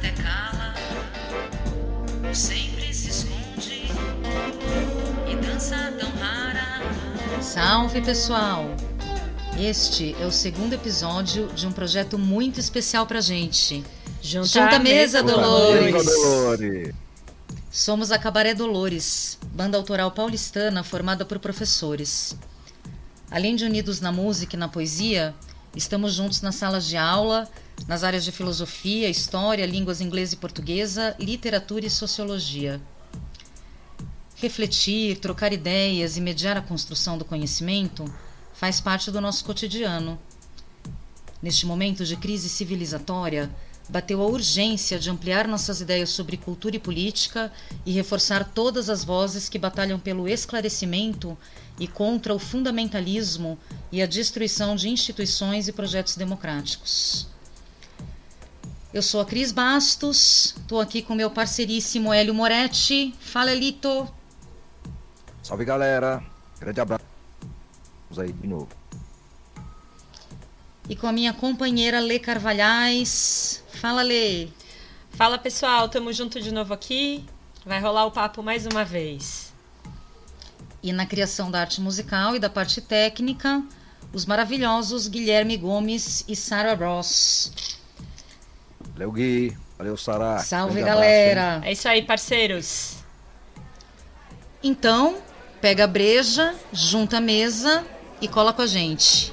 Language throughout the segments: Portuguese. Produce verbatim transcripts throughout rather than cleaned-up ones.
até cala, sempre se esconde e dança tão rara. Salve, pessoal! Este é o segundo episódio de um projeto muito especial pra gente. Junta, Junta a mesa, Dolores. Mesa, Dolores! Somos a Cabaré Dolores, banda autoral paulistana formada por professores. Além de unidos na música e na poesia, estamos juntos nas salas de aula, nas áreas de filosofia, história, línguas inglesa e portuguesa, literatura e sociologia. Refletir, trocar ideias e mediar a construção do conhecimento faz parte do nosso cotidiano. Neste momento de crise civilizatória, bateu a urgência de ampliar nossas ideias sobre cultura e política e reforçar todas as vozes que batalham pelo esclarecimento e contra o fundamentalismo e a destruição de instituições e projetos democráticos. Eu sou a Cris Bastos, estou aqui com meu parceiríssimo Hélio Moretti. Fala, Elito! Salve, galera! Grande abraço. Vamos aí de novo. E com a minha companheira Lê Carvalhais. Fala, Lê! Fala, pessoal, tamo junto de novo aqui. Vai rolar o papo mais uma vez. E na criação da arte musical e da parte técnica, os maravilhosos Guilherme Gomes e Sarah Ross. Valeu, Gui. Valeu, Sarah. Salve, grande galera! abraço, É isso aí, parceiros. Então, pega a breja, junta a mesa e cola com a gente.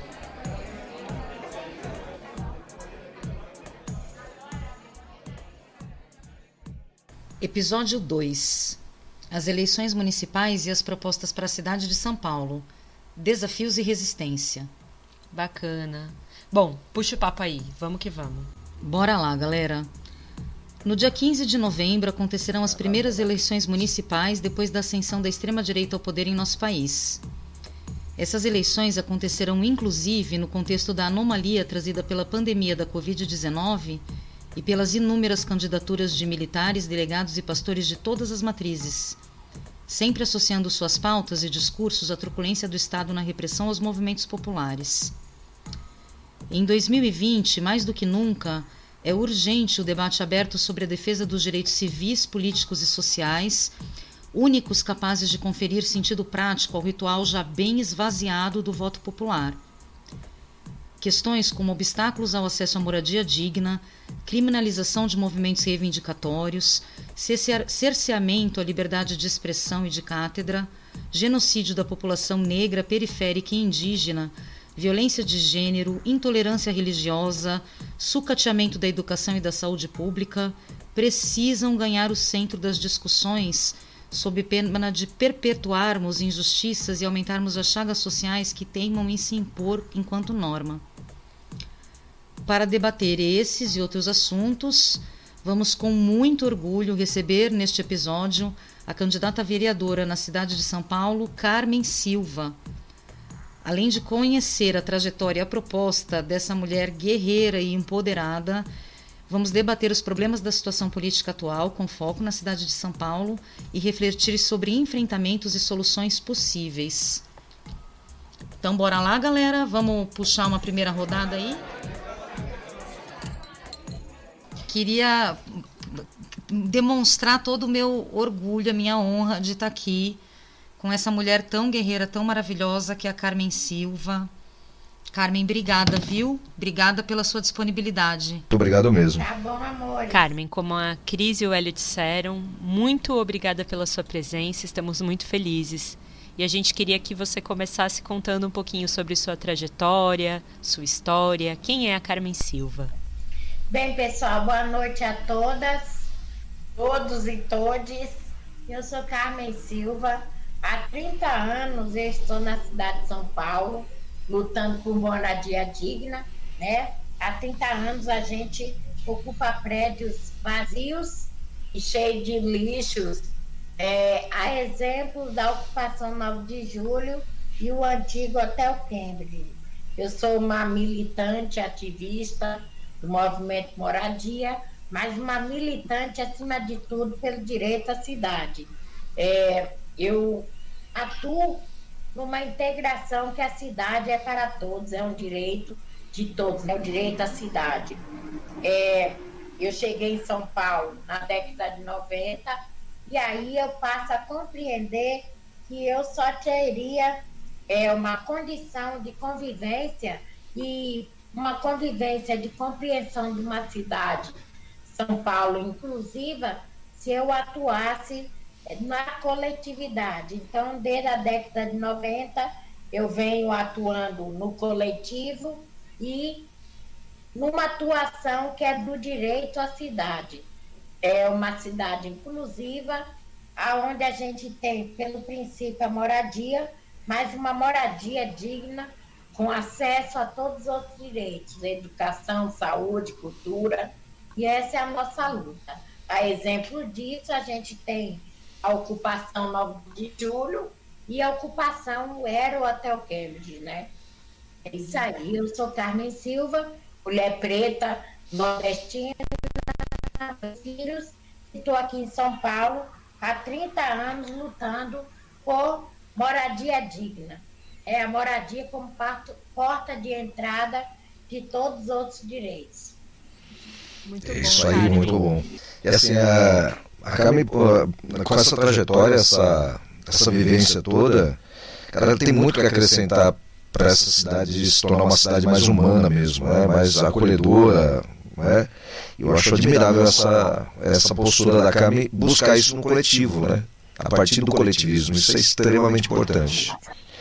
Episódio dois. As eleições municipais e as propostas para a cidade de São Paulo. Desafios e resistência. Bacana. Bom, puxa o papo aí. Vamos que vamos. Bora lá, galera. No dia quinze de novembro acontecerão as primeiras eleições municipais depois da ascensão da extrema-direita ao poder em nosso país. Essas eleições acontecerão inclusive no contexto da anomalia trazida pela pandemia da covid dezenove e pelas inúmeras candidaturas de militares, delegados e pastores de todas as matrizes, sempre associando suas pautas e discursos à truculência do Estado na repressão aos movimentos populares. Em dois mil e vinte, mais do que nunca, é urgente o debate aberto sobre a defesa dos direitos civis, políticos e sociais, únicos capazes de conferir sentido prático ao ritual já bem esvaziado do voto popular. Questões como obstáculos ao acesso à moradia digna, criminalização de movimentos reivindicatórios, cerceamento à liberdade de expressão e de cátedra, genocídio da população negra, periférica e indígena, violência de gênero, intolerância religiosa, sucateamento da educação e da saúde pública, precisam ganhar o centro das discussões sob pena de perpetuarmos injustiças e aumentarmos as chagas sociais que teimam em se impor enquanto norma. Para debater esses e outros assuntos, vamos com muito orgulho receber neste episódio a candidata vereadora na cidade de São Paulo, Carmen Silva. Além de conhecer a trajetória e a proposta dessa mulher guerreira e empoderada, vamos debater os problemas da situação política atual com foco na cidade de São Paulo e refletir sobre enfrentamentos e soluções possíveis. Então bora lá, galera, vamos puxar uma primeira rodada aí. Queria demonstrar todo o meu orgulho, a minha honra de estar aqui com essa mulher tão guerreira, tão maravilhosa que é a Carmen Silva. Carmen, obrigada, viu? Obrigada pela sua disponibilidade. Muito obrigado mesmo. Tá bom, amor. Carmen, como a Cris e o Hélio disseram, muito obrigada pela sua presença, estamos muito felizes. E a gente queria que você começasse contando um pouquinho sobre sua trajetória, sua história. Quem é a Carmen Silva? Bem, pessoal, boa noite a todas, todos e todes. Eu sou Carmen Silva. Há trinta anos eu estou na cidade de São Paulo, lutando por moradia digna, né? Há trinta anos a gente ocupa prédios vazios e cheios de lixos. É, há exemplos da ocupação nove de julho e o antigo Hotel Cambridge. Eu sou uma militante ativista do movimento Moradia, mas uma militante, acima de tudo, pelo direito à cidade. É, eu atuo numa integração que a cidade é para todos, é um direito de todos, é o direito à cidade. É, Eu cheguei em São Paulo na década de noventa, e aí eu passo a compreender que eu só teria é, uma condição de convivência e uma convivência de compreensão de uma cidade, São Paulo inclusiva, se eu atuasse na coletividade. Então, desde a década de noventa, eu venho atuando no coletivo e numa atuação que é do direito à cidade. É uma cidade inclusiva, onde a gente tem, pelo princípio, a moradia, mas uma moradia digna, com acesso a todos os outros direitos, educação, saúde, cultura, e essa é a nossa luta. A exemplo disso, a gente tem a ocupação nove de julho e a ocupação Aero Hotel Kennedy, né? É isso aí, eu sou Carmen Silva, mulher preta, nordestina, filhos, estou aqui em São Paulo há trinta anos lutando por moradia digna. É a moradia como parto, porta de entrada de todos os outros direitos. Muito É bom, isso aí, Carmen. muito bom. E assim, a, a Carmen, pô, com essa trajetória, essa, essa vivência toda, cara, ela tem muito que acrescentar para essa cidade de se tornar uma cidade mais humana mesmo, né? Mais acolhedora, né? Eu acho admirável essa, essa postura da Carmen buscar isso no coletivo, né? A partir do coletivismo, isso é extremamente importante.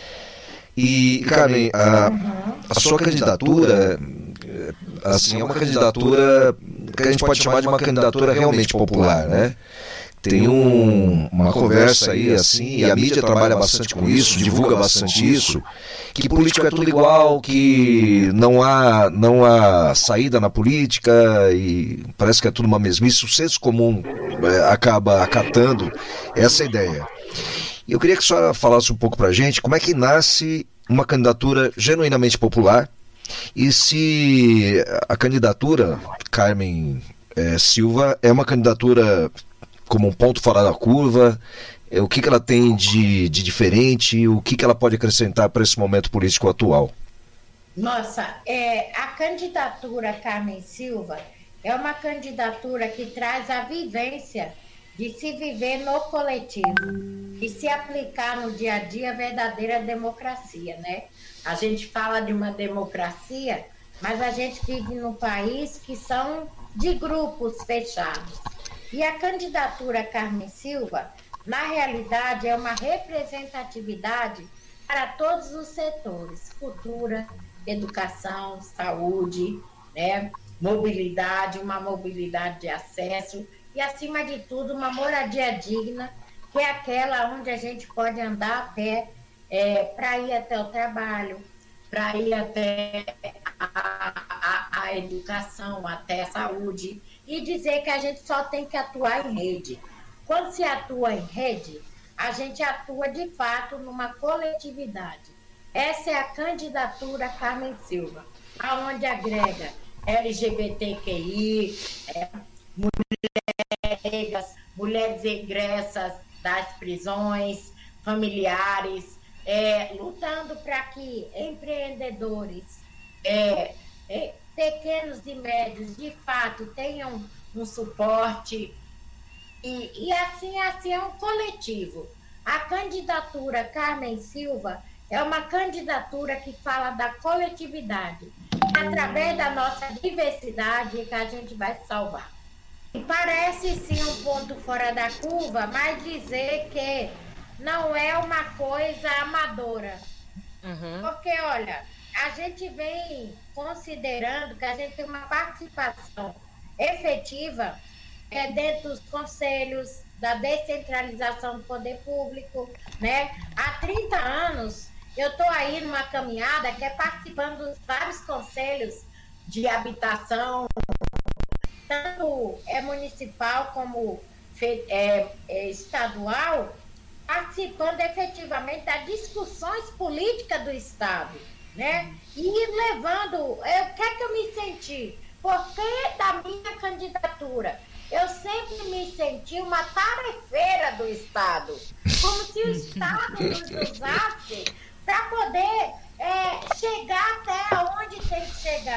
E, Carmen, a, a sua candidatura, assim, é uma candidatura que a gente pode chamar de uma candidatura realmente popular, né? Tem um, uma conversa aí, assim, e a mídia trabalha bastante com isso, divulga bastante isso, que político é tudo igual, que não há, não há saída na política, e parece que é tudo uma mesmice. O senso comum é, acaba acatando essa ideia. E eu queria que a senhora falasse um pouco pra gente como é que nasce uma candidatura genuinamente popular, e se a candidatura Carmen é, Silva é uma candidatura como um ponto fora da curva, é, o que, que ela tem de, de diferente, o que, que ela pode acrescentar para esse momento político atual? Nossa, é, a candidatura Carmen Silva é uma candidatura que traz a vivência de se viver no coletivo e se aplicar no dia a dia a verdadeira democracia, né? A gente fala de uma democracia, mas a gente vive num país que são de grupos fechados. E a candidatura Carmen Silva, na realidade, é uma representatividade para todos os setores: cultura, educação, saúde, né? Mobilidade, uma mobilidade de acesso e, acima de tudo, uma moradia digna, que é aquela onde a gente pode andar a pé é, para ir até o trabalho, para ir até a, a, a educação, até a saúde, e dizer que a gente só tem que atuar em rede. Quando se atua em rede, a gente atua de fato numa coletividade. Essa é a candidatura Carmen Silva, aonde agrega L G B T Q I, é, mulheres, mulheres egressas das prisões, familiares, é, lutando para que empreendedores, é, é, pequenos e médios, de fato, tenham um suporte. E, e assim, assim é um coletivo. A candidatura Carmen Silva é uma candidatura que fala da coletividade. Através da nossa diversidade que a gente vai salvar. E parece sim um ponto fora da curva, mas dizer que não é uma coisa amadora. Uhum. Porque, olha, a gente vem considerando que a gente tem uma participação efetiva é, dentro dos conselhos, da descentralização do poder público, né? Há trinta anos eu estou aí numa caminhada que é participando dos vários conselhos de habitação, tanto é municipal como é, é, estadual, participando efetivamente das discussões políticas do Estado, né? E levando, eu, o que é que eu me senti? Porque da minha candidatura, eu sempre me senti uma tarefeira do Estado, como se o Estado nos usasse para poder é, chegar até onde tem que chegar.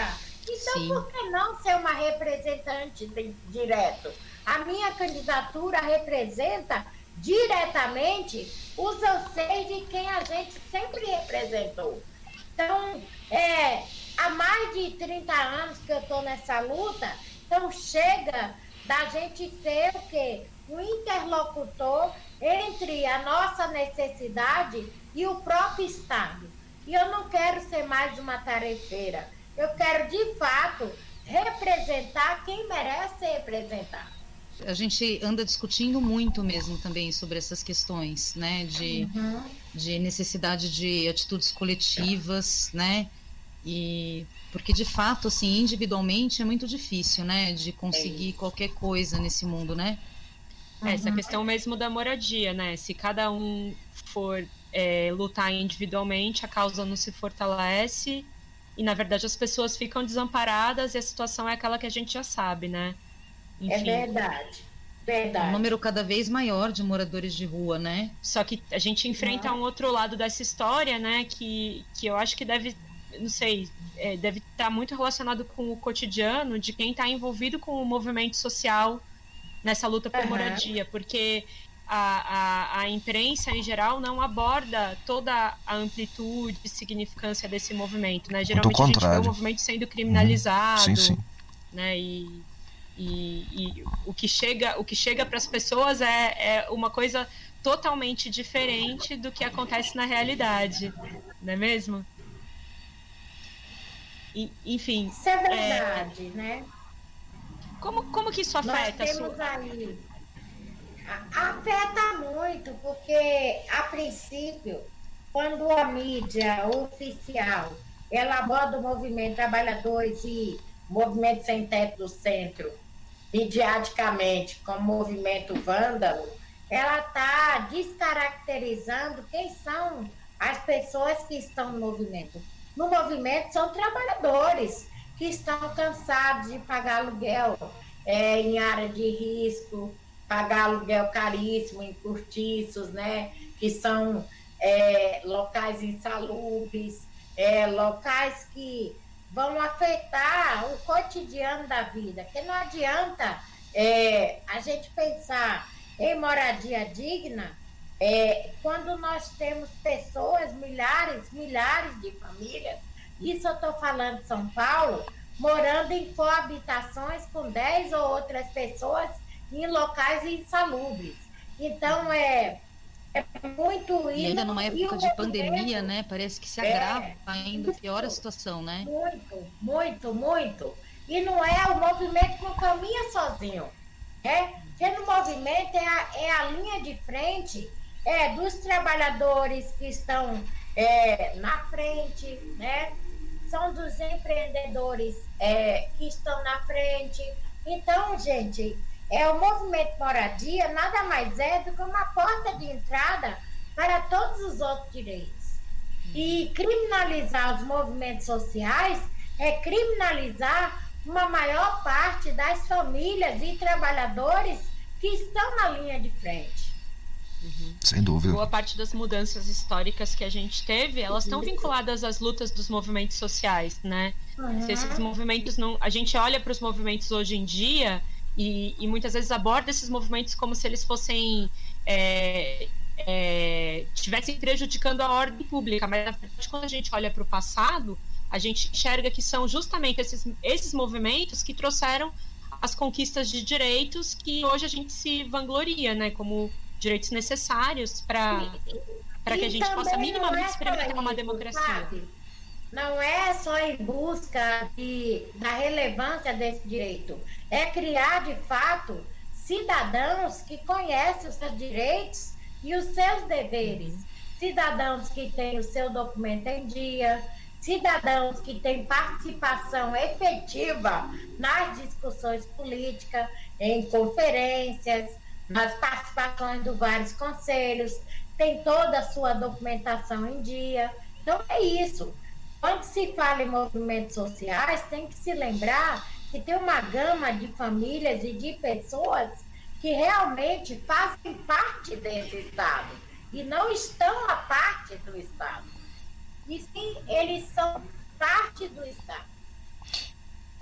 Então, Sim. por que não ser uma representante de, direto? A minha candidatura representa diretamente os anseios de quem a gente sempre representou. Então, é, há mais de trinta anos que eu estou nessa luta, então chega da gente ser o quê? Um interlocutor entre a nossa necessidade e o próprio Estado. E eu não quero ser mais uma tarefeira. Eu quero, de fato, representar quem merece ser representado. A gente anda discutindo muito mesmo também sobre essas questões, né, de, Uhum. de necessidade de atitudes coletivas, né, e porque de fato, assim, individualmente é muito difícil, né, de conseguir qualquer coisa nesse mundo, né. Essa questão mesmo da moradia, né? Se cada um for é, lutar individualmente, a causa não se fortalece e, na verdade, as pessoas ficam desamparadas e a situação é aquela que a gente já sabe, né? É verdade, verdade. Um número cada vez maior de moradores de rua, né? Só que a gente enfrenta um outro lado dessa história, né? Que, que eu acho que deve, não sei, é, deve estar muito relacionado com o cotidiano de quem está envolvido com o movimento social nessa luta por Uhum. moradia, porque a, a, a imprensa em geral não aborda toda a amplitude e significância desse movimento, né? Geralmente a gente vê o movimento sendo criminalizado, Sim, sim. né? E, e, e o que chega, o que chega para as pessoas é, é uma coisa totalmente diferente do que acontece na realidade, não é mesmo? E, enfim. Isso é verdade, é... né? Como, como que isso afeta? Nós temos a sua... aí, a, afeta muito, porque a princípio, quando a mídia oficial ela aborda o movimento Trabalhadores e Movimento Sem Teto do Centro, midiaticamente, como movimento vândalo, ela está descaracterizando quem são as pessoas que estão no movimento. No movimento são trabalhadores que estão cansados de pagar aluguel é, em área de risco, pagar aluguel caríssimo em cortiços, né, que são é, locais insalubres, é, locais que vão afetar o cotidiano da vida, que não adianta é, a gente pensar em moradia digna é, quando nós temos pessoas, milhares, milhares de famílias, isso eu estou falando de São Paulo, morando em coabitações com dez ou outras pessoas em locais insalubres. Então, é, é muito... E ainda numa época de pandemia, né? Parece que se agrava é, ainda, piora a situação, né? Muito, muito, muito. E não é, o movimento não caminha sozinho, né? Porque no movimento é a, é a linha de frente é, dos trabalhadores que estão é, na frente, né? São dos empreendedores é, que estão na frente. Então, gente, é, o movimento moradia nada mais é do que uma porta de entrada para todos os outros direitos. E criminalizar os movimentos sociais é criminalizar uma maior parte das famílias e trabalhadores que estão na linha de frente. Uhum. Sem dúvida. Boa parte das mudanças históricas que a gente teve, elas estão vinculadas às lutas dos movimentos sociais, né? Uhum. Se esses movimentos não... A gente olha para os movimentos hoje em dia e, e muitas vezes aborda esses movimentos como se eles fossem... É, é, estivessem prejudicando a ordem pública, mas na verdade quando a gente olha para o passado, a gente enxerga que são justamente esses, esses movimentos que trouxeram as conquistas de direitos que hoje a gente se vangloria, né? Como direitos necessários para para que a gente possa minimamente é experimentar uma democracia. Sabe? Não é só em busca de, da relevância desse direito, é criar de fato cidadãos que conhecem os seus direitos e os seus deveres, cidadãos que têm o seu documento em dia, cidadãos que têm participação efetiva nas discussões políticas, em conferências, nas participações de vários conselhos, tem toda a sua documentação em dia. Então é isso. Quando se fala em movimentos sociais, tem que se lembrar que tem uma gama de famílias e de pessoas que realmente fazem parte desse Estado e não estão a parte do Estado. E sim, eles são parte do Estado.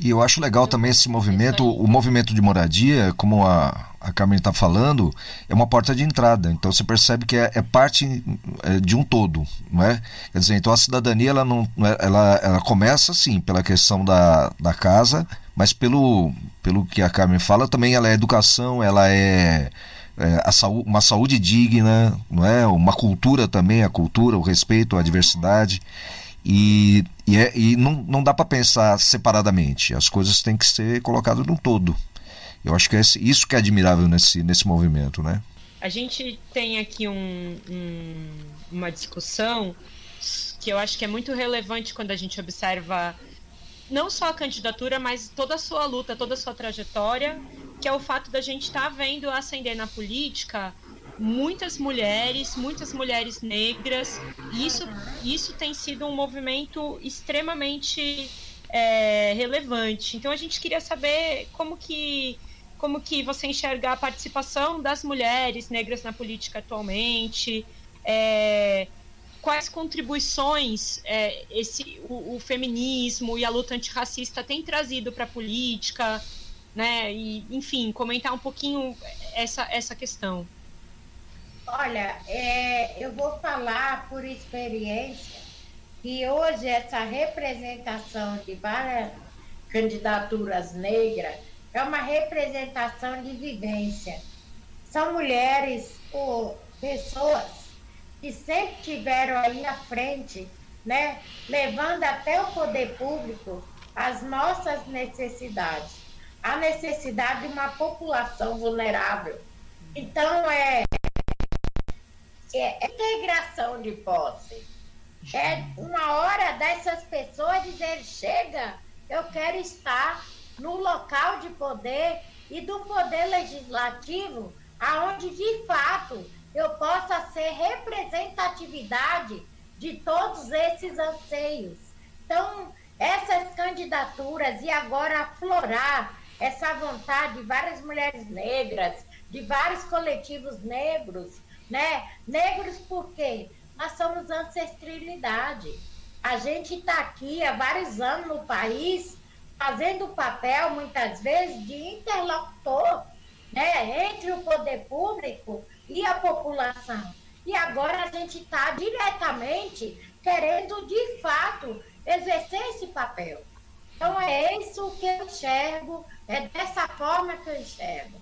E eu acho legal também esse movimento, o movimento de moradia, como a, a Carmen está falando, é uma porta de entrada. Então você percebe que é, é parte é, de um todo, não é? Quer dizer, então a cidadania ela, não, ela, ela começa sim pela questão da, da casa, mas pelo, pelo que a Carmen fala, também ela é educação, ela é, é a saúde, uma saúde digna, não é? Uma cultura também, a cultura, o respeito à diversidade. E, e, é, e não, não dá para pensar separadamente, as coisas têm que ser colocadas num todo. Eu acho que é isso que é admirável nesse, nesse movimento, né? A gente tem aqui um, um, uma discussão que eu acho que é muito relevante quando a gente observa não só a candidatura, mas toda a sua luta, toda a sua trajetória, que é o fato da gente estar tá vendo ascender na política muitas mulheres, muitas mulheres negras, e isso, isso tem sido um movimento extremamente é, relevante. Então a gente queria saber como que, como que você enxerga a participação das mulheres negras na política atualmente, é, quais contribuições é, esse, o, o feminismo e a luta antirracista têm trazido para a política, né? E, enfim, comentar um pouquinho essa, essa questão. Olha, é, eu vou falar por experiência que hoje essa representação de várias candidaturas negras é uma representação de vivência. São mulheres ou pessoas que sempre tiveram aí à frente, né, levando até o poder público as nossas necessidades, a necessidade de uma população vulnerável. Então, é É integração de posse. É uma hora dessas pessoas dizer, chega, eu quero estar no local de poder e do poder legislativo, aonde de fato eu possa ser representatividade de todos esses anseios. Então, essas candidaturas e agora aflorar essa vontade de várias mulheres negras, de vários coletivos negros, né? Negros porque nós somos ancestralidade. A gente está aqui há vários anos no país fazendo o papel, muitas vezes, de interlocutor, né? Entre o poder público e a população. E agora a gente está diretamente querendo, de fato, exercer esse papel. Então é isso que eu enxergo, é dessa forma que eu enxergo.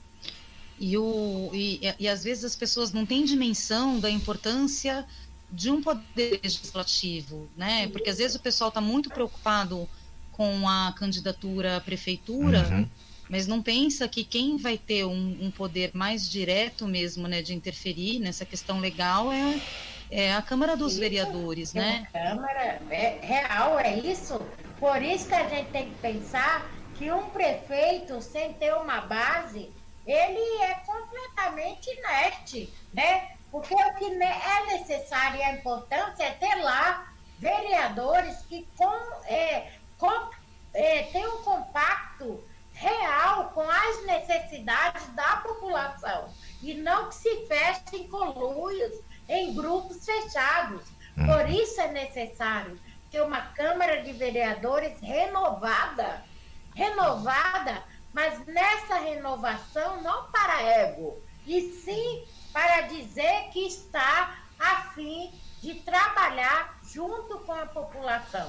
E, o, e, e às vezes as pessoas não têm dimensão da importância de um poder legislativo, né? Porque às vezes o pessoal está muito preocupado com a candidatura à prefeitura, uhum. mas não pensa que quem vai ter um, um poder mais direto mesmo, né, de interferir nessa questão legal é, é a Câmara dos isso, Vereadores, né? A Câmara é real, é isso. Por isso que a gente tem que pensar que um prefeito, sem ter uma base, ele é completamente inerte, né? Porque o que é necessário e a importância é ter lá vereadores que com, é, com, é, tem um compacto real com as necessidades da população e não que se fechem em conluios, em grupos fechados. Por isso é necessário ter uma Câmara de Vereadores renovada, renovada, mas nessa renovação não para ego, e sim para dizer que está a fim de trabalhar junto com a população.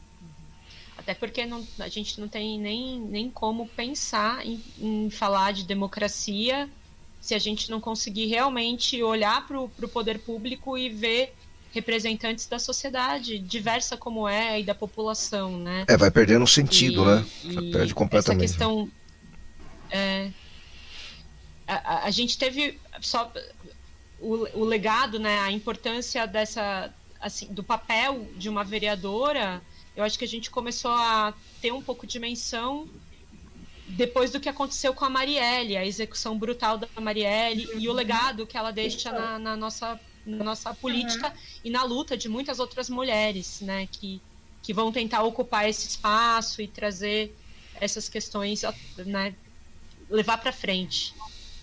Até porque não, a gente não tem nem, nem como pensar em, em falar de democracia se a gente não conseguir realmente olhar para o poder público e ver representantes da sociedade, diversa como é, e da população, né? É, vai perdendo sentido, e, né? Você perde completamente. Essa questão... É, a, a gente teve só o, o legado, né, a importância dessa, assim, do papel de uma vereadora. Eu acho que a gente começou a ter um pouco de menção depois do que aconteceu com a Marielle, a execução brutal da Marielle e o legado que ela deixa na, na, nossa, na nossa política uhum. e na luta de muitas outras mulheres, né, que, que vão tentar ocupar esse espaço e trazer essas questões, né, levar para frente.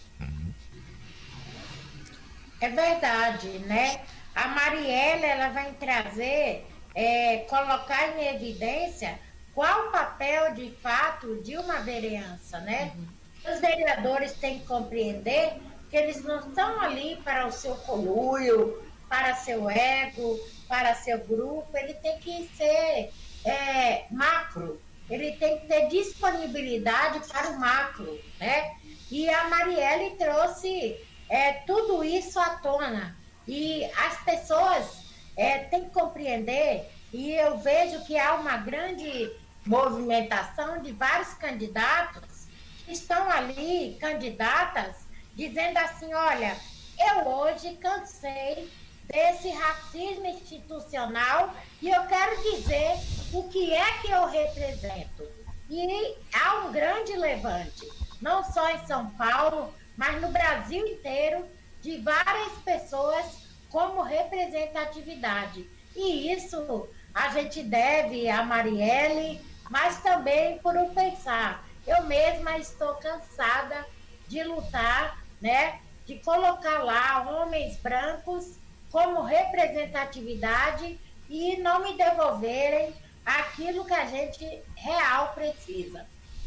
É verdade, né? A Marielle, ela vai trazer, é, colocar em evidência qual o papel, de fato, de uma vereança, né? Os vereadores têm que compreender que eles não estão ali para o seu conluio, para seu ego, para seu grupo. Ele tem que ser é, macro, ele tem que ter disponibilidade para o macro, né? E a Marielle trouxe é, tudo isso à tona. E as pessoas é, têm que compreender, e eu vejo que há uma grande movimentação de vários candidatos que estão ali, candidatas, dizendo assim, olha, eu hoje cansei desse racismo institucional e eu quero dizer o que é que eu represento. E há um grande levante, não só em São Paulo, mas no Brasil inteiro, de várias pessoas como representatividade. E isso a gente deve a Marielle, mas também por um pensar. Eu mesma estou cansada de lutar, né, de colocar lá homens brancos como representatividade e não me devolverem aquilo que a gente real precisa.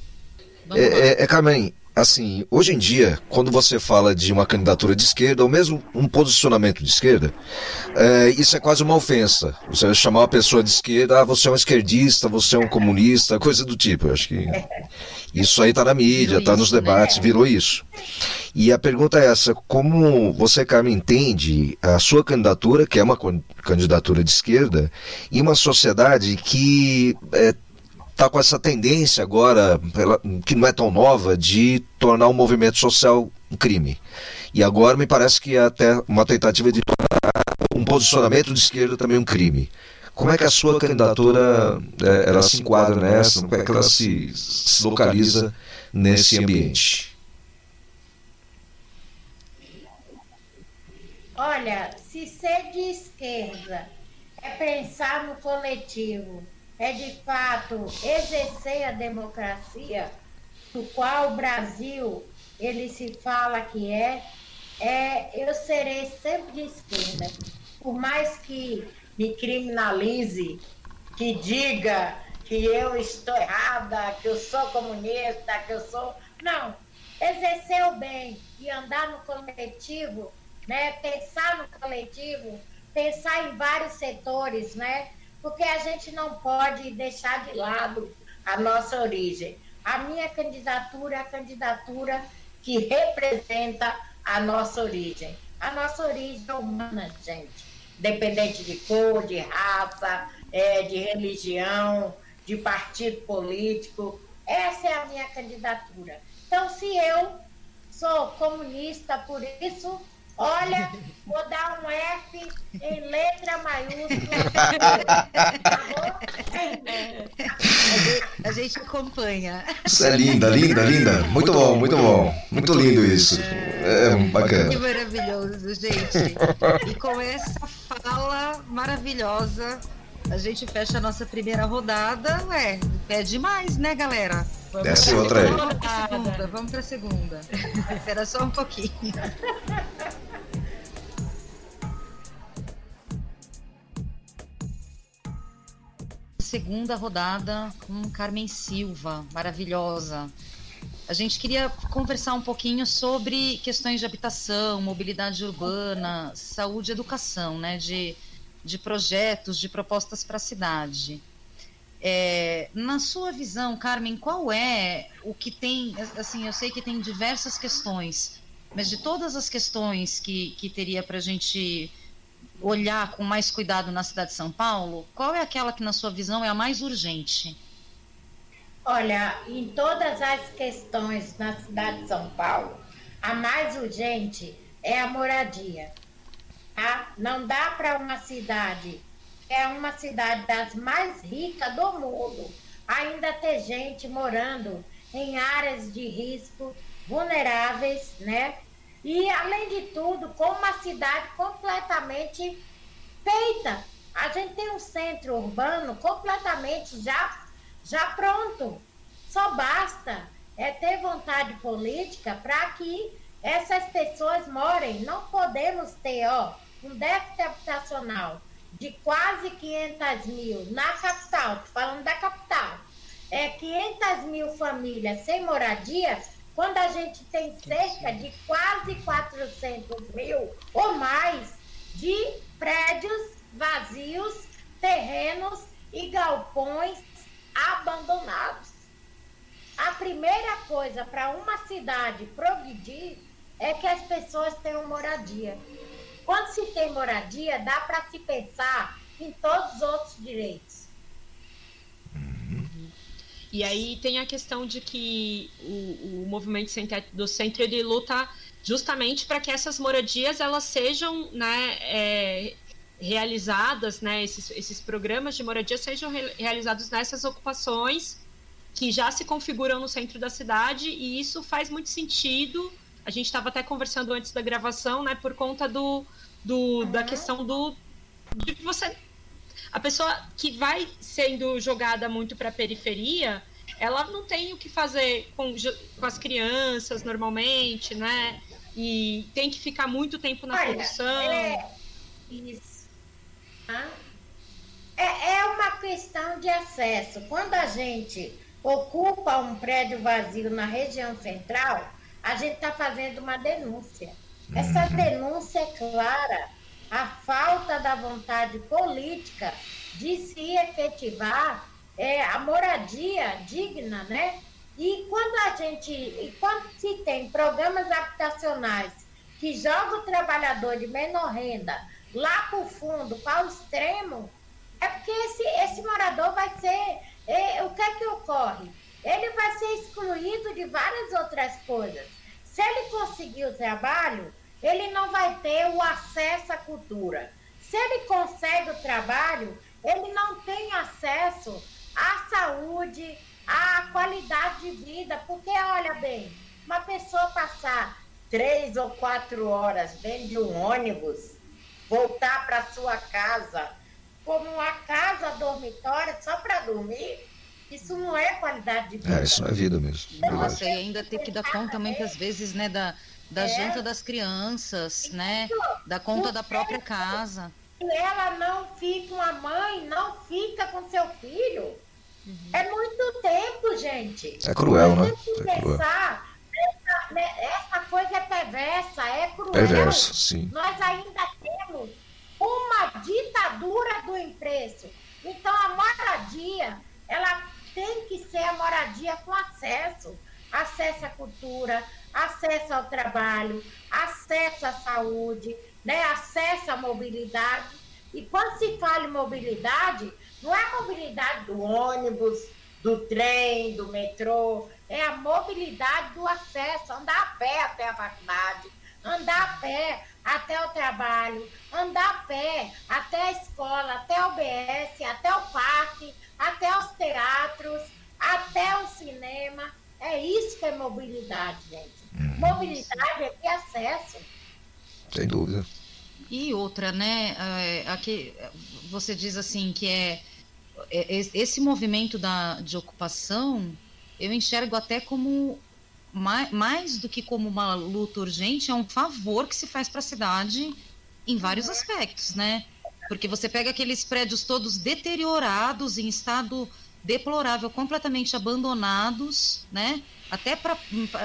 É, é, é, Carmen, assim, hoje em dia, quando você fala de uma candidatura de esquerda, ou mesmo um posicionamento de esquerda, é, isso é quase uma ofensa. Você vai chamar uma pessoa de esquerda, ah, você é um esquerdista, você é um comunista, coisa do tipo. Eu acho que isso aí está na mídia, está nos debates, virou isso. E a pergunta é essa, como você, Carmen, entende a sua candidatura, que é uma candidatura de esquerda, em uma sociedade que é, está com essa tendência agora, que não é tão nova, de tornar um movimento social um crime. E agora me parece que é até uma tentativa de tornar um posicionamento de esquerda também um crime. Como é que a sua candidatura é, ela se enquadra nessa? Como é que ela se, se localiza nesse ambiente? Olha, se ser de esquerda é pensar no coletivo, é de fato exercer a democracia, do qual o Brasil ele se fala que é, é eu serei sempre de esquerda. Por mais que me criminalize, que diga que eu estou errada, que eu sou comunista, que eu sou... Não, exercer o bem e andar no coletivo, né? Pensar no coletivo, pensar em vários setores, né? Porque a gente não pode deixar de lado a nossa origem. A minha candidatura é a candidatura que representa a nossa origem. A nossa origem é humana, gente. Independente de cor, de raça, é, de religião, de partido político. Essa é a minha candidatura. Então, se eu sou comunista por isso, olha, vou dar um F em letra maiúscula. A gente acompanha. Isso é linda, linda, linda. Muito bom, muito bom. Muito lindo isso. É bacana. Que maravilhoso, gente. E com essa fala maravilhosa, a gente fecha a nossa primeira rodada. Ué, é demais, né, galera? Vamos Desce outra aí. Vamos pra segunda, vamos pra segunda. Espera só um pouquinho. Segunda rodada com Carmen Silva, maravilhosa. A gente queria conversar um pouquinho sobre questões de habitação, mobilidade urbana, saúde e educação, né? De, de projetos, de propostas para a cidade. É, na sua visão, Carmen, qual é o que tem, assim, eu sei que tem diversas questões, mas de todas as questões que, que teria para a gente olhar com mais cuidado na cidade de São Paulo, qual é aquela que, na sua visão, é a mais urgente? Olha, em todas as questões na cidade de São Paulo, a mais urgente é a moradia. Tá? Não dá para uma cidade, que é uma cidade das mais ricas do mundo, ainda ter gente morando em áreas de risco, vulneráveis, né? E, além de tudo, com uma cidade completamente feita. A gente tem um centro urbano completamente já, já pronto. Só basta é ter vontade política para que essas pessoas morem. Não podemos ter ó, um déficit habitacional de quase quinhentos mil na capital, tô falando da capital, é, quinhentas mil famílias sem moradia, quando a gente tem cerca de quase quatrocentos mil ou mais de prédios vazios, terrenos e galpões abandonados. A primeira coisa para uma cidade progredir é que as pessoas tenham moradia. Quando se tem moradia, dá para se pensar em todos os outros direitos. E aí tem a questão de que o, o movimento sem teto do centro, ele luta justamente para que essas moradias elas sejam, né, é, realizadas, né, esses, esses programas de moradia sejam re, realizados nessas ocupações que já se configuram no centro da cidade, e isso faz muito sentido. A gente estava até conversando antes da gravação, né, por conta do, do, uhum. da questão do de você... A pessoa que vai sendo jogada muito para a periferia, ela não tem o que fazer com, com as crianças normalmente, né? E tem que ficar muito tempo na Olha, produção. É, isso. É, é uma questão de acesso. Quando a gente ocupa um prédio vazio na região central, a gente está fazendo uma denúncia. Essa denúncia é clara. A falta da vontade política de se efetivar é, a moradia digna, né? E quando a gente, e quando se tem programas habitacionais que jogam o trabalhador de menor renda lá para o fundo, para o extremo, é porque esse, esse morador vai ser, é, o que é que ocorre? Ele vai ser excluído de várias outras coisas. Se ele conseguir o trabalho, ele não vai ter o acesso à cultura. Se ele consegue o trabalho, ele não tem acesso à saúde, à qualidade de vida. Porque, olha bem, uma pessoa passar três ou quatro horas dentro de um ônibus, voltar para sua casa, como uma casa dormitória só para dormir, isso não é qualidade de vida. É, isso não é vida mesmo. Nossa, e ainda ter que dar conta muitas vezes, né, da... da é. janta das crianças, né? Da conta da própria casa. Ela não fica, uma mãe não fica com seu filho. Uhum. É muito tempo, gente. É cruel, né? Tem que é pensar, essa, essa coisa é perversa, é cruel. Perverso, sim. Nós ainda temos uma ditadura do emprego. Então, a moradia, ela tem que ser a moradia com acesso. Acesso à cultura, acesso ao trabalho, acesso à saúde, né? Acesso à mobilidade. E quando se fala em mobilidade, não é a mobilidade do ônibus, do trem, do metrô, é a mobilidade do acesso, andar a pé até a faculdade, andar a pé até o trabalho, andar a pé até a escola, até o B S, até o parque, até os teatros, até o cinema. É isso que é mobilidade, gente. Hum. Mobilidade é ter acesso. Sem dúvida. E outra, né? É, aqui você diz assim que é, é esse movimento da, de ocupação, eu enxergo até como mais, mais do que como uma luta urgente, é um favor que se faz para a cidade em vários aspectos, né? Porque você pega aqueles prédios todos deteriorados, em estado deplorável, completamente abandonados, né? Até para,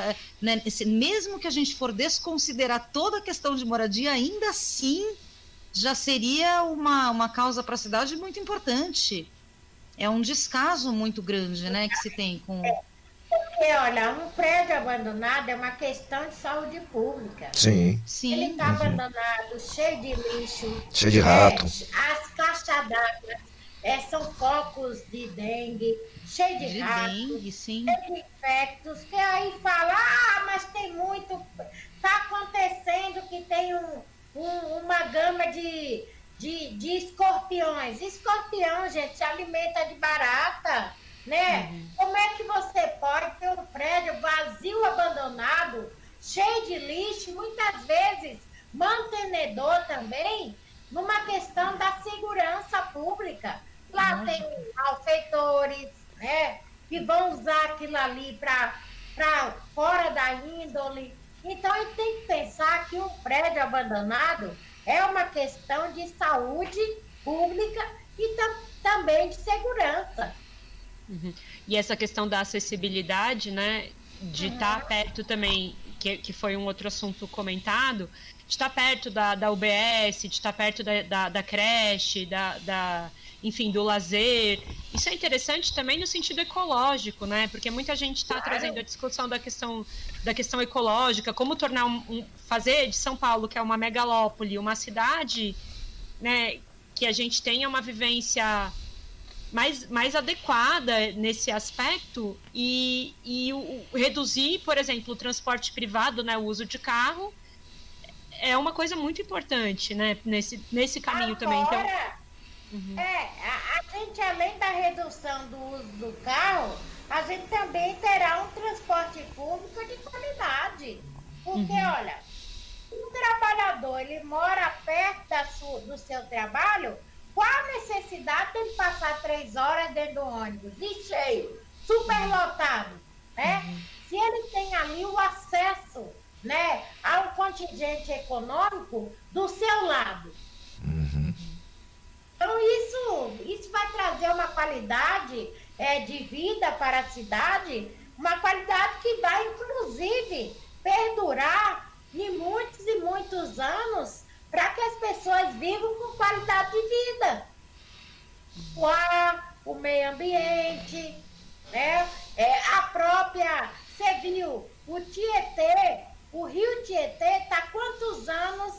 né, mesmo que a gente for desconsiderar toda a questão de moradia, ainda assim já seria uma, uma causa para a cidade muito importante. É um descaso muito grande, né, que se tem com... Porque, olha, um prédio abandonado é uma questão de saúde pública. Sim. Sim. Ele está uhum. abandonado, cheio de lixo. Cheio de rato. É, as caixas d'água é, são focos de dengue, cheio de, de rato, dengue, sim. cheio de infectos, que aí fala, ah, mas tem muito... Está acontecendo que tem um, um, uma gama de, de, de escorpiões. Escorpião, gente, se alimenta de barata, né? Uhum. Como é que você pode ter um prédio vazio, abandonado, cheio de lixo, muitas vezes mantenedor também, numa questão da segurança pública? Lá uhum. tem malfeitores, né, que vão usar aquilo ali para fora da índole. Então, ele tem que pensar que um prédio abandonado é uma questão de saúde pública e tam, também de segurança. Uhum. E essa questão da acessibilidade, né, de estar uhum. perto também, que, que foi um outro assunto comentado, de estar perto da, da U B S, de estar perto da, da, da creche, da, da, enfim, do lazer. Isso é interessante também no sentido ecológico, né? Porque muita gente está claro. trazendo a discussão da questão, da questão ecológica, como tornar um, um, fazer de São Paulo, que é uma megalópole, uma cidade, né, que a gente tenha uma vivência mais, mais adequada nesse aspecto e, e o, o, reduzir, por exemplo, o transporte privado, né, o uso de carro, é uma coisa muito importante, né, nesse, nesse caminho Agora, também. Então, uhum. é, a, a gente, além da redução do uso do carro, a gente também terá um transporte público de qualidade. Porque, uhum. olha, um trabalhador, ele mora perto da sua, do seu trabalho, qual a necessidade dele passar três horas dentro do ônibus, de cheio, superlotado, né? Uhum. Se ele tem ali o acesso, né, a um contingente econômico do seu lado. Uhum. Então, isso, isso vai trazer uma qualidade é, de vida para a cidade, uma qualidade que vai, inclusive, perdurar em muitos e muitos anos, para que as pessoas vivam com qualidade de vida. O ar, o meio ambiente, né? É, a própria... Você viu, o Tietê, o rio Tietê está há quantos anos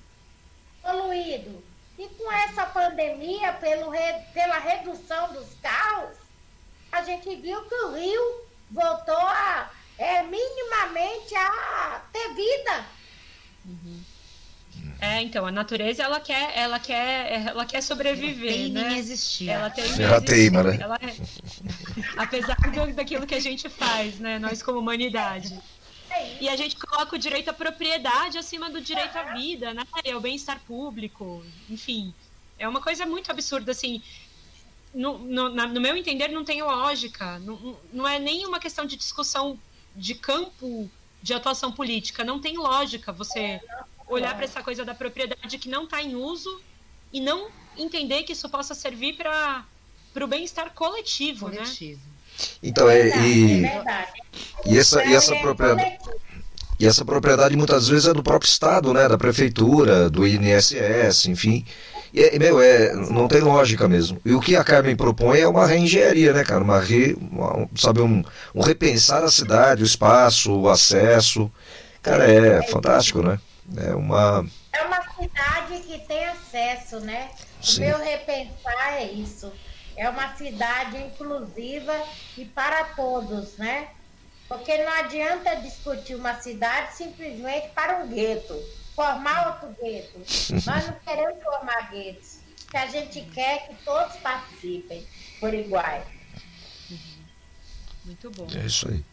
poluído? E com essa pandemia, pelo, pela redução dos carros, a gente viu que o rio voltou a, é, minimamente a ter vida. Uhum. É, então, a natureza, ela quer, ela quer, ela quer sobreviver, tem né? nem existir. Ela tem Ela teima, né? Ela é... Apesar do, daquilo que a gente faz, né? Nós como humanidade. E a gente coloca o direito à propriedade acima do direito à vida, né? E ao bem-estar público, enfim. É uma coisa muito absurda, assim. No, no, na, no meu entender, não tem lógica. Não, não é nem uma questão de discussão de campo de atuação política. Não tem lógica você olhar para essa coisa da propriedade que não está em uso e não entender que isso possa servir para o bem-estar coletivo, coletivo, né? Então, é, e, e, essa, e, essa propriedade, e essa propriedade muitas vezes é do próprio Estado, né? Da Prefeitura, do I N S S, enfim. E, é, meu, é, não tem lógica mesmo. E o que a Carmen propõe é uma reengenharia, né, cara? Uma, re, uma, sabe, um, um repensar a cidade, o espaço, o acesso. Cara, é fantástico, né? É uma... É uma cidade que tem acesso, né? Sim. O meu repensar é isso. É uma cidade inclusiva e para todos, né? Porque não adianta discutir uma cidade simplesmente para um gueto, formar outro gueto. Nós não queremos formar guetos. O que a gente quer é que todos participem por iguais. Muito bom. É isso aí.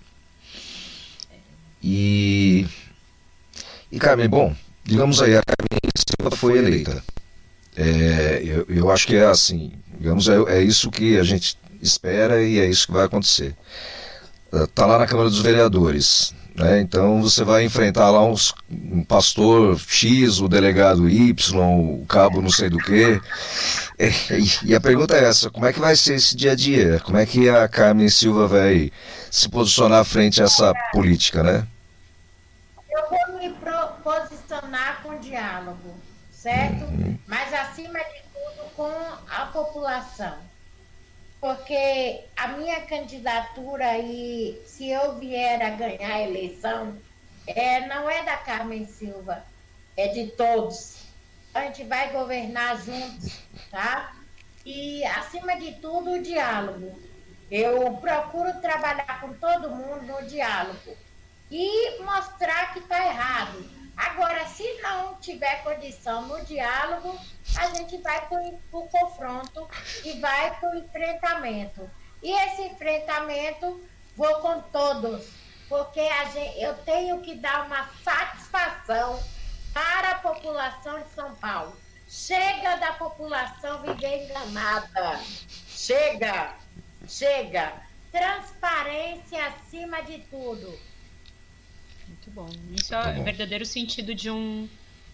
E... E, Carmen, bom, digamos aí, a Carmen Silva foi eleita. É, eu, eu acho que é assim, digamos, é, é isso que a gente espera e é isso que vai acontecer. Está lá na Câmara dos Vereadores, né? Então você vai enfrentar lá uns, um pastor X, o delegado Y, o cabo não sei do que. É, e, e a pergunta é essa, como é que vai ser esse dia a dia? Como é que a Carmen Silva vai se posicionar frente a essa política, né? Eu vou me pro, posicionar com diálogo, certo? Uhum. Mas acima de tudo com a população. Porque a minha candidatura, e se eu vier a ganhar a eleição, é, não é da Carmen Silva, é de todos. A gente vai governar juntos, tá? E acima de tudo o diálogo. Eu procuro trabalhar com todo mundo no diálogo e mostrar que está errado. Agora, se não tiver condição no diálogo, a gente vai para o confronto e vai para o enfrentamento. E esse enfrentamento, vou com todos, porque a gente, eu tenho que dar uma satisfação para a população de São Paulo. Chega da população viver enganada. Chega, chega. Transparência acima de tudo. Muito bom. Isso é o verdadeiro sentido de um,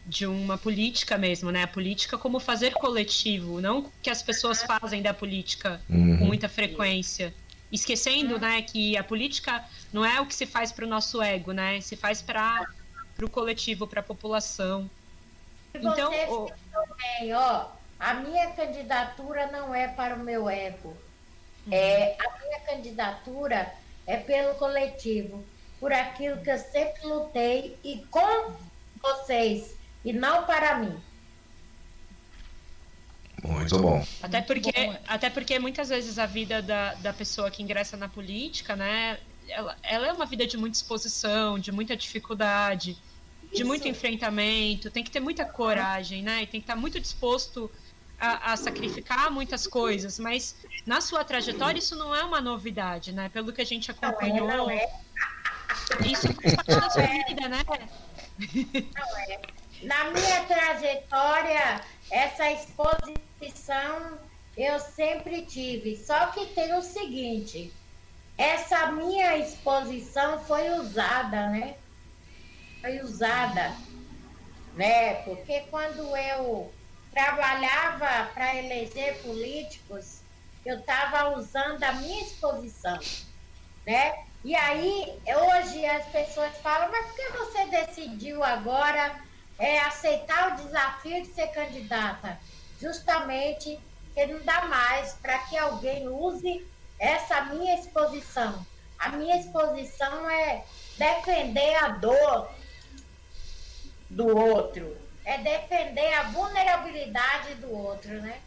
de uma política mesmo, né? A política como fazer coletivo, não o que as pessoas fazem da política Uhum. com muita frequência. Esquecendo, né, que a política não é o que se faz para o nosso ego, né? Se faz para o coletivo, para a população. E Então, você o- citou bem, ó, a minha candidatura não é para o meu ego. É, a minha candidatura é pelo coletivo, por aquilo que eu sempre lutei e com vocês, e não para mim. Muito bom. Até porque, bom. até porque muitas vezes a vida da, da pessoa que ingressa na política, né, ela, ela é uma vida de muita exposição, de muita dificuldade, de Isso. muito enfrentamento, tem que ter muita coragem, né, e tem que estar muito disposto a, a sacrificar muitas coisas, mas na sua trajetória isso não é uma novidade, né, pelo que a gente acompanhou, Não é. isso faz parte da sua vida, né? Na minha trajetória, essa exposição eu sempre tive. Só que tem o seguinte, essa minha exposição foi usada, né? Foi usada, né? Porque quando eu trabalhava para eleger políticos, eu estava usando a minha exposição, né? E aí, hoje as pessoas falam, mas por que você decidiu agora é, aceitar o desafio de ser candidata? Justamente que não dá mais para que alguém use essa minha exposição. A minha exposição é defender a dor do outro, é defender a vulnerabilidade do outro, né?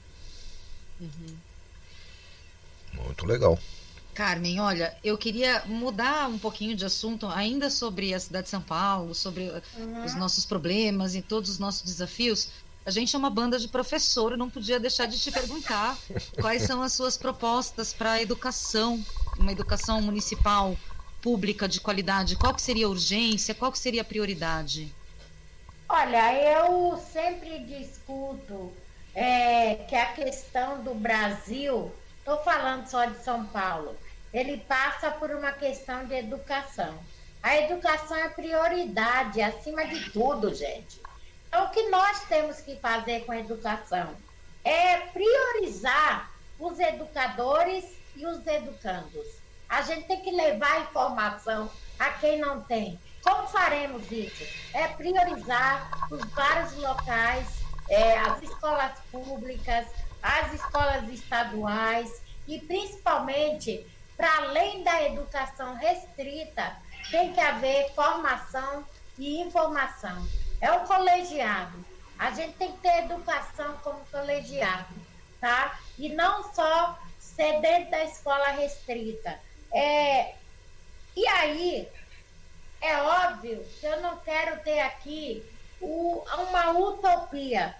Muito legal. Carmen, olha, eu queria mudar um pouquinho de assunto, ainda sobre a cidade de São Paulo, sobre Uhum. os nossos problemas e todos os nossos desafios. A gente é uma banda de professor, eu não podia deixar de te perguntar quais são as suas propostas para a educação, uma educação municipal, pública, de qualidade. Qual que seria a urgência, qual que seria a prioridade? Olha, eu sempre discuto é, que a questão do Brasil, estou falando só de São Paulo, ele passa por uma questão de educação. A educação é prioridade, acima de tudo, gente. Então, o que nós temos que fazer com a educação é priorizar os educadores e os educandos. A gente tem que levar informação a quem não tem. Como faremos isso? É priorizar os vários locais, é, as escolas públicas, as escolas estaduais e, principalmente, para além da educação restrita, tem que haver formação e informação. É um colegiado. A gente tem que ter educação como colegiado, tá? E não só ser dentro da escola restrita. É... E aí, é óbvio que eu não quero ter aqui o... uma utopia.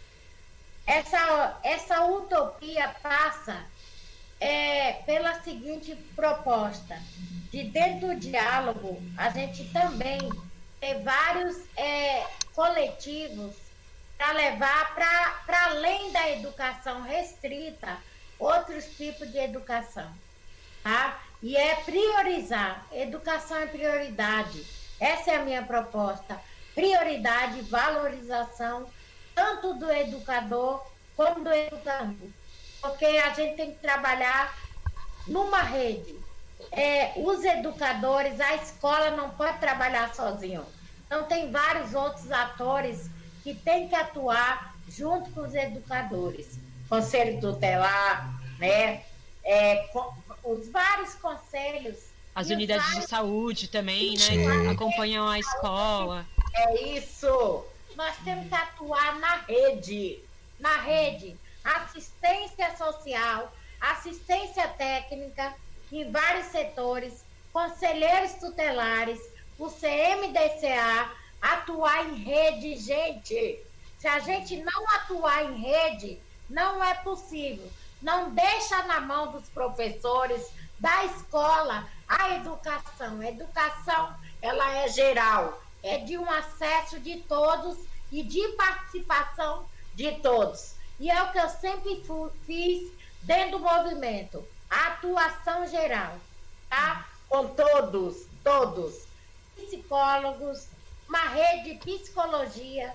Essa, essa utopia passa é, pela seguinte proposta: de dentro do diálogo, a gente também ter vários é, coletivos para levar para além da educação restrita outros tipos de educação, tá? E é priorizar. Educação é prioridade. Essa é a minha proposta. Prioridade, valorização, tanto do educador como do educando. Porque a gente tem que trabalhar numa rede. É, os educadores, a escola não pode trabalhar sozinho. Então, tem vários outros atores que têm que atuar junto com os educadores. Conselho tutelar, né? É, com, os vários conselhos. As e os unidades de vários- saúde também, né? Sim. Que acompanham a escola. É isso. Nós temos que atuar na rede. Na rede. Assistência social, assistência técnica em vários setores, conselheiros tutelares, o C M D C A, atuar em rede, gente. Se a gente não atuar em rede, não é possível. Não deixa na mão dos professores, da escola, a educação. A educação, ela é geral, é de um acesso de todos e de participação de todos. E é o que eu sempre fu- fiz dentro do movimento, a atuação geral, tá? Com todos, todos, psicólogos, uma rede de psicologia,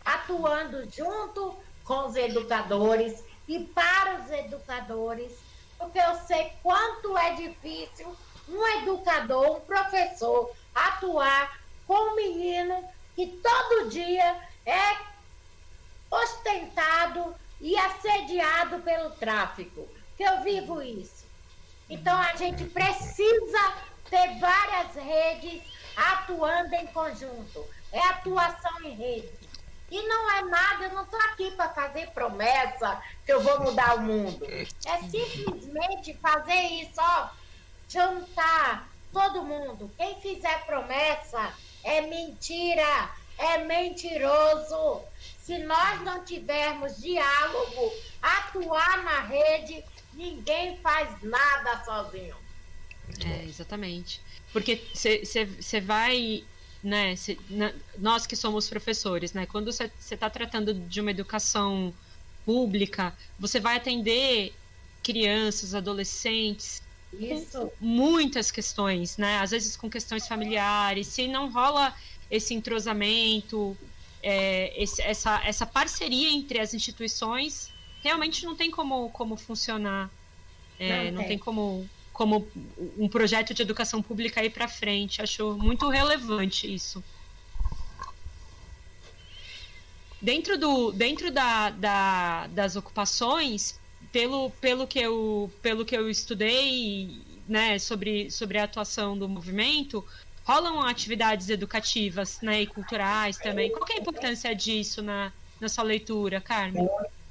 atuando junto com os educadores e para os educadores, porque eu sei quanto é difícil um educador, um professor, atuar com um menino que todo dia é ostentado e assediado pelo tráfico, que eu vivo isso. Então, a gente precisa ter várias redes atuando em conjunto. É atuação em rede. E não é nada, eu não estou aqui para fazer promessa que eu vou mudar o mundo. É simplesmente fazer isso, ó, juntar todo mundo. Quem fizer promessa é mentira, é mentiroso. Se nós não tivermos diálogo, atuar na rede, ninguém faz nada sozinho. É, exatamente. Porque você vai, né, cê, na, nós que somos professores, né, quando você está tratando de uma educação pública, você vai atender crianças, adolescentes, Isso. com muitas questões, né, às vezes com questões familiares. Se não rola esse entrosamento, é, esse, essa, essa parceria entre as instituições, realmente não tem como, como funcionar, é, não, não tem. tem como, como um projeto de educação pública ir para frente. Acho muito relevante isso. Dentro, do, dentro da, da, das ocupações, pelo, pelo, que eu, pelo que eu estudei, né, sobre, sobre a atuação do movimento, rolam atividades educativas, né, e culturais também. Qual que é a importância disso na, na sua leitura, Carmen?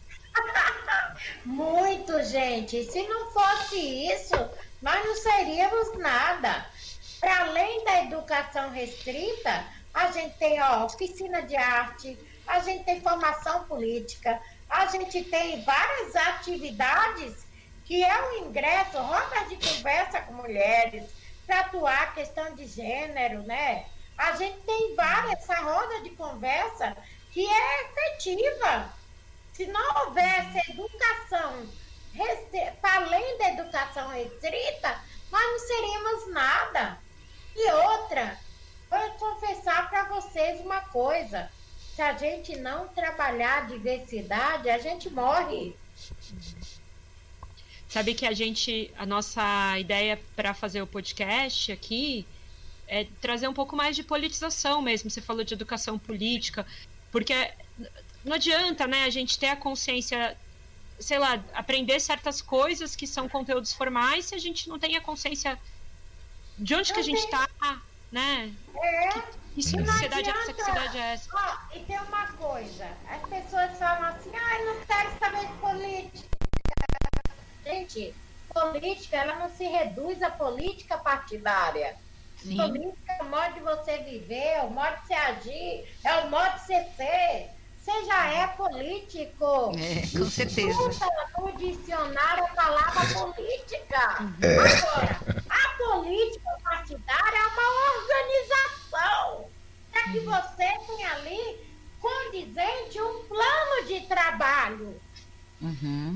Muito, gente. Se não fosse isso, nós não seríamos nada. Para além da educação restrita, a gente tem, ó, oficina de arte, a gente tem formação política, a gente tem várias atividades que é o ingresso, rodas de conversa com mulheres, para atuar a questão de gênero, né? A gente tem várias, essa roda de conversa que é efetiva. Se não houvesse educação, para além da educação restrita, nós não seríamos nada. E outra, vou confessar para vocês uma coisa: se a gente não trabalhar a diversidade, a gente morre. Sabe que a gente, a nossa ideia para fazer o podcast aqui é trazer um pouco mais de politização mesmo. Você falou de educação política, porque não adianta, né, a gente ter a consciência, sei lá, aprender certas coisas que são conteúdos formais se a gente não tem a consciência de onde não que a gente está, né? É. Que, que sociedade é essa, que sociedade é essa? Ó, e tem uma coisa, as pessoas falam assim, ai, não quero saber de política. Gente, política, ela não se reduz à política partidária. Sim. Política é o modo de você viver, é o modo de você agir, é o modo de você ser. Você já é político. É, com certeza. Escuta no dicionário a palavra política. É. Agora, a política partidária é uma organização para que você tenha ali condizente um plano de trabalho. Uhum.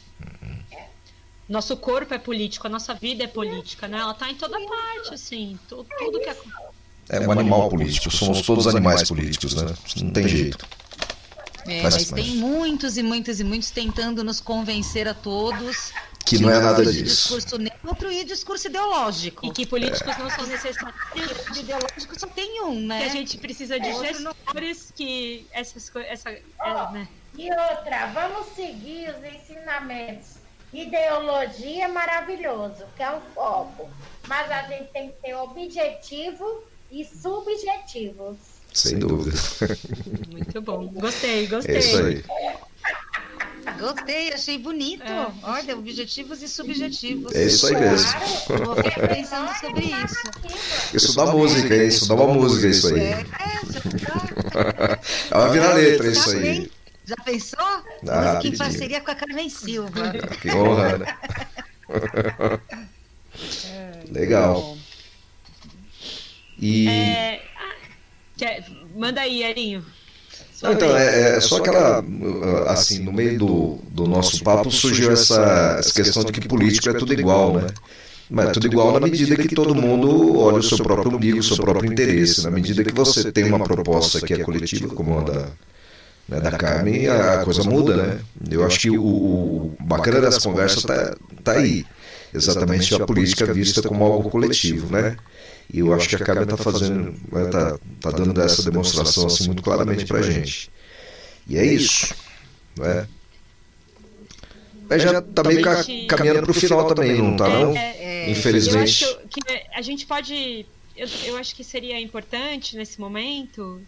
Nosso corpo é político, a nossa vida é política, né? Ela tá em toda parte, assim, tudo, tudo que é... É um animal político, somos todos animais políticos, né? Não tem jeito. É, mas, mas tem muitos e muitos e muitos tentando nos convencer a todos que não é nada disso. Discurso neutro e discurso ideológico. E que políticos é. não são necessários. De ideológico só tem um, né? Que a gente precisa de gestores que essas coisas... Essa, oh, é, né? E outra, vamos seguir os ensinamentos. Ideologia é maravilhoso, que é um foco, mas a gente tem que ter objetivo e subjetivos. Sem dúvida. Muito bom. Gostei, gostei. É isso aí. Gostei, achei bonito. É. Olha, objetivos e subjetivos. É isso aí mesmo. Claro. Vou ficar pensando sobre isso. Isso dá música, é isso. Dá uma música, isso aí. É, é uma vira-letra, isso aí. Já pensou? Ah, música em parceria com a Carmen Silva. Que honra, né? Legal. E... É... Quer... Manda aí, Erinho. Não, então, é, é só aquela, assim, no meio do, do nosso papo surgiu essa, essa questão de que político é tudo igual, né? Mas é tudo igual na medida que todo mundo olha o seu próprio umbigo, o seu próprio interesse. Na medida que você tem uma proposta que é coletiva, como a da, né, da Carmen, a coisa muda, né? Eu acho que o, o bacana dessa conversa tá, tá aí, exatamente a política vista como algo coletivo, né? E eu acho que a Carmen está fazendo, tá, tá dando essa demonstração assim muito claramente para a gente. E é isso, né? Mas já está meio ca caminhando para o final também, não está não? É, é, Infelizmente. Eu acho que a gente pode, eu, eu acho que seria importante nesse momento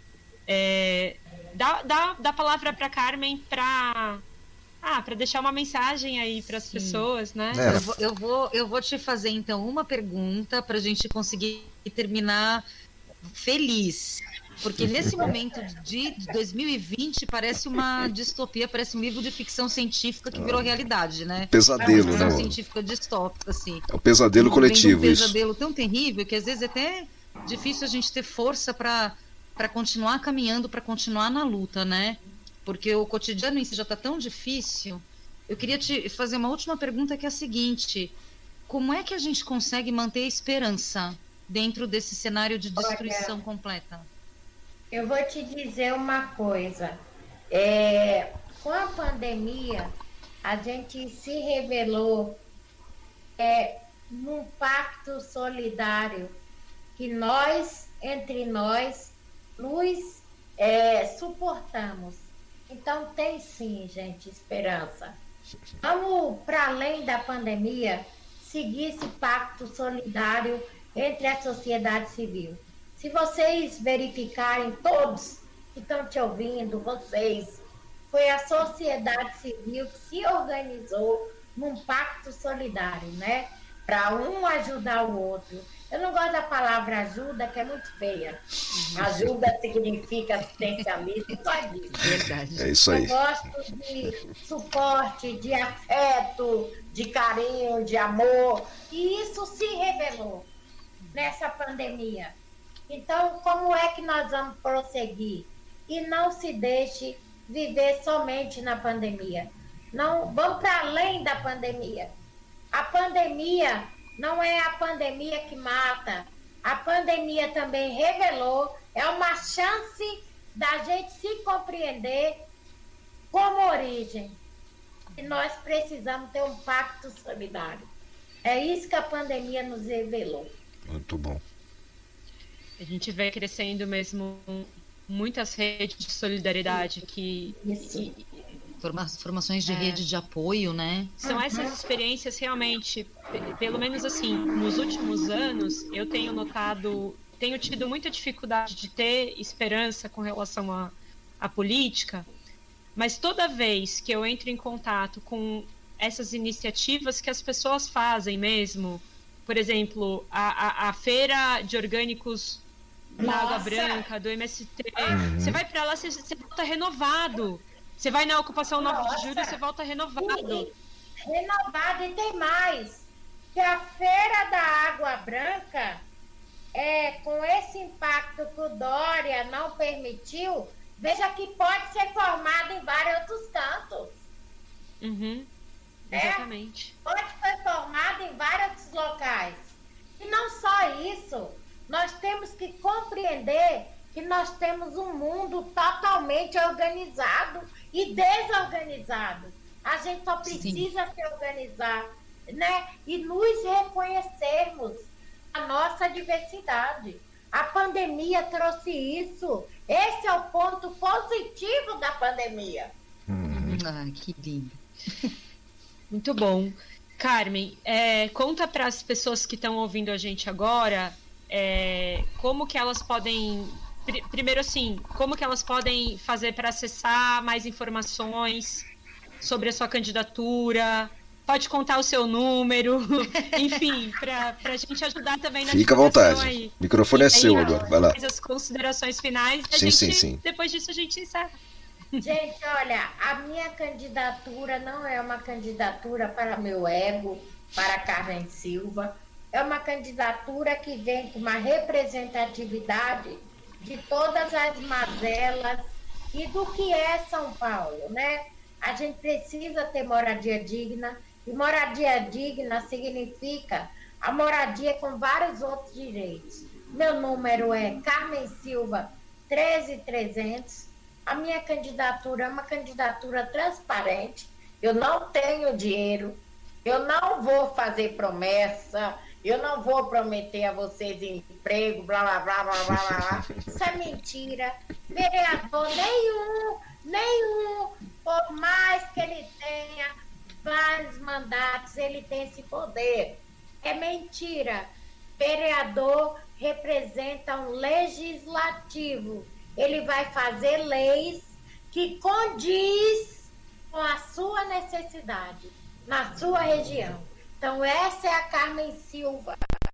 é, dar, dar, dar a palavra para Carmen para ah, para deixar uma mensagem aí para as pessoas, né? É. Eu, vou, eu, vou, eu vou te fazer então uma pergunta para a gente conseguir terminar feliz. Porque nesse momento de dois mil e vinte parece uma distopia, parece um livro de ficção científica que virou realidade, né? Pesadelo, é né? Ficção científica distópica, assim. É um pesadelo coletivo, um isso. pesadelo tão terrível que às vezes é até difícil a gente ter força para para continuar caminhando, para continuar na luta, né? Porque o cotidiano em si já está tão difícil. Eu queria te fazer uma última pergunta que é a seguinte: como é que a gente consegue manter a esperança dentro desse cenário de destruição Olha, completa? Eu vou te dizer uma coisa. É, com a pandemia, a gente se revelou é, num pacto solidário que nós, entre nós, nos é, suportamos. Então, tem sim, gente, esperança. Vamos, para além da pandemia, seguir esse pacto solidário entre a sociedade civil. Se vocês verificarem, todos que estão te ouvindo, vocês, foi a sociedade civil que se organizou num pacto solidário, né? Para um ajudar o outro. Eu não gosto da palavra ajuda, que é muito feia. Ajuda significa assistencialismo, só disso. Verdade. É isso aí. Eu gosto de suporte, de afeto, de carinho, de amor. E isso se revelou nessa pandemia. Então, como é que nós vamos prosseguir? E não se deixe viver somente na pandemia. Não, vamos para além da pandemia. A pandemia não é a pandemia que mata. A pandemia também revelou, é uma chance da gente se compreender como origem. E nós precisamos ter um pacto solidário. É isso que a pandemia nos revelou. Muito bom. A gente vê crescendo mesmo muitas redes de solidariedade que Isso. e, Forma, formações de É. rede de apoio, né? são essas experiências realmente, pe- pelo menos assim, nos últimos anos, eu tenho notado, tenho tido muita dificuldade de ter esperança com relação à à política, mas toda vez que eu entro em contato com essas iniciativas que as pessoas fazem mesmo, por exemplo, a, a, a feira de orgânicos da Água Nossa! Branca, do M S T, Uhum. você vai para lá, você, você volta renovado. Você vai na ocupação nove de Nossa! julho, você volta renovado. E, renovado, e tem mais. Que a Feira da Água Branca, é, com esse impacto que o Dória não permitiu, veja que pode ser formado em vários outros cantos. Uhum, É? exatamente. Pode ser formado em vários outros locais. E não só isso, nós temos que compreender que nós temos um mundo totalmente organizado e desorganizado. A gente só precisa Sim. se organizar, né? E nos reconhecermos a nossa diversidade. A pandemia trouxe isso. Esse é o ponto positivo da pandemia. Uhum. Ah, que lindo. Muito bom. Carmen, é, conta para as pessoas que estão ouvindo a gente agora é, como que elas podem... Pr- primeiro assim, como que elas podem fazer para acessar mais informações sobre a sua candidatura? Pode contar o seu número, enfim, para a gente ajudar também na Fica à divulgação vontade. aí. O microfone é E seu aí, agora, vai lá. faz as considerações finais e a Sim, gente, sim, sim. depois disso a gente encerra. Gente, olha, a minha candidatura não é uma candidatura para meu ego, para Carmen Silva. É uma candidatura que vem com uma representatividade de todas as mazelas e do que é São Paulo, né? A gente precisa ter moradia digna, e moradia digna significa a moradia com vários outros direitos. Meu número é Carmen Silva treze trezentos. A minha candidatura é uma candidatura transparente. Eu não tenho dinheiro, eu não vou fazer promessa, eu não vou prometer a vocês emprego, blá, blá, blá, blá, blá, blá. Isso é mentira. Vereador nenhum, nenhum, por mais que ele tenha vários mandatos, ele tem esse poder. É mentira. Vereador representa um legislativo. Ele vai fazer leis que condiz com a sua necessidade, na sua região. Então, essa é a Carmen Silva.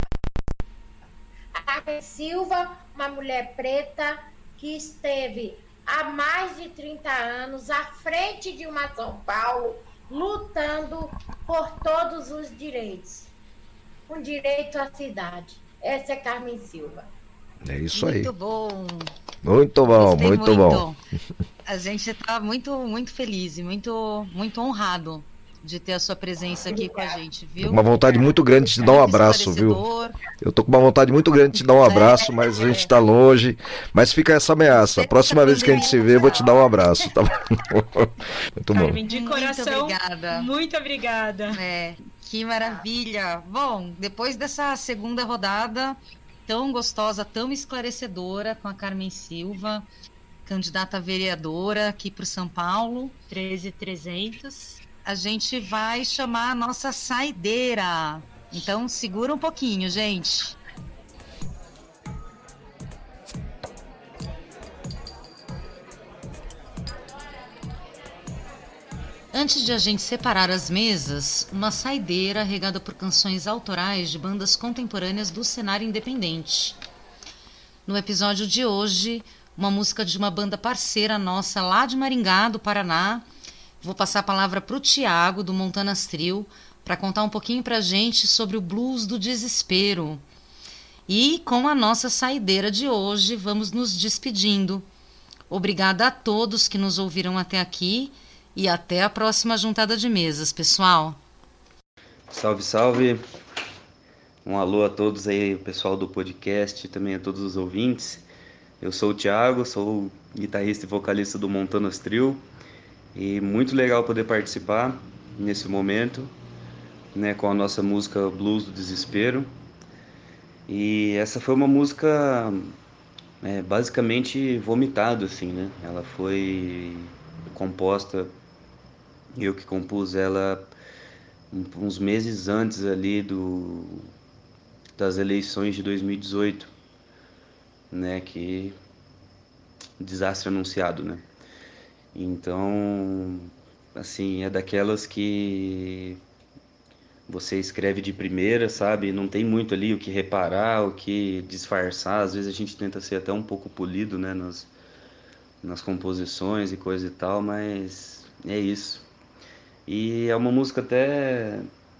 A Carmen Silva, uma mulher preta que esteve há mais de trinta anos à frente de uma São Paulo, lutando por todos os direitos. Um direito à cidade. Essa é Carmen Silva. É isso aí. Muito bom. Muito bom, Gostei muito, muito bom. A gente está muito, muito feliz e muito, muito honrado de ter a sua presença aqui com a gente, viu? Uma vontade muito grande de te dar um abraço, viu? Eu tô com uma vontade muito grande de te dar um abraço, mas a gente tá longe. Mas fica essa ameaça. A próxima vez que a gente se vê, eu vou te dar um abraço, tá bom? Muito bom. Carmen, de coração, muito obrigada. Muito obrigada. É, que maravilha. Bom, depois dessa segunda rodada tão gostosa, tão esclarecedora com a Carmen Silva, candidata a vereadora aqui para o São Paulo, treze mil e trezentos. A gente vai chamar a nossa saideira. Então, segura um pouquinho, gente. Antes de a gente separar as mesas, uma saideira regada por canções autorais de bandas contemporâneas do cenário independente. No episódio de hoje, uma música de uma banda parceira nossa lá de Maringá, do Paraná. Vou passar a palavra para o Thiago, do Montanas Trio, para contar um pouquinho para a gente sobre o blues do desespero. E com a nossa saideira de hoje, vamos nos despedindo. Obrigada a todos que nos ouviram até aqui e até a próxima juntada de mesas, pessoal. Salve, salve. Um alô a todos aí, o pessoal do podcast, também a todos os ouvintes. Eu sou o Thiago, sou guitarrista e vocalista do Montanas Trio. E muito legal poder participar nesse momento, né, com a nossa música Blues do Desespero. E essa foi uma música é, basicamente vomitada, assim, né? Ela foi composta, eu que compus ela uns meses antes ali do, das eleições de dois mil e dezoito, né? Que desastre anunciado, né? Então, assim, é daquelas que você escreve de primeira, sabe? Não tem muito ali o que reparar, o que disfarçar. Às vezes a gente tenta ser até um pouco polido, né? Nas, nas composições e coisa e tal, mas é isso. E é uma música até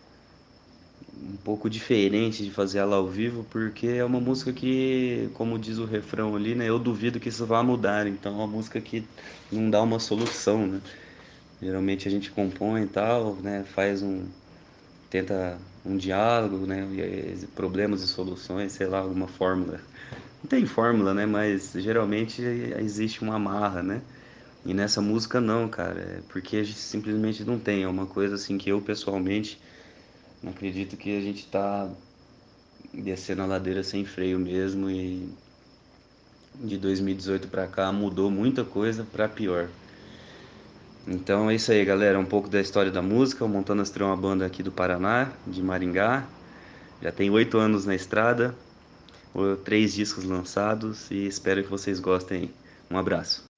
um pouco diferente de fazer ela ao vivo, porque é uma música que, como diz o refrão ali, né? Eu duvido que isso vá mudar. Então é uma música que não dá uma solução, né? Geralmente a gente compõe e tal, né? Faz um... tenta um diálogo, né? Problemas e soluções, sei lá, alguma fórmula. Não tem fórmula, né? Mas geralmente existe uma amarra, né? E nessa música não, cara. É porque a gente simplesmente não tem. É uma coisa assim que eu pessoalmente não acredito que a gente tá descendo a ladeira sem freio mesmo. E de dois mil e dezoito pra cá mudou muita coisa pra pior. Então é isso aí, galera, um pouco da história da música. O Montanas Trio é uma banda aqui do Paraná, de Maringá. Já tem oito anos na estrada, três discos lançados e espero que vocês gostem. Um abraço.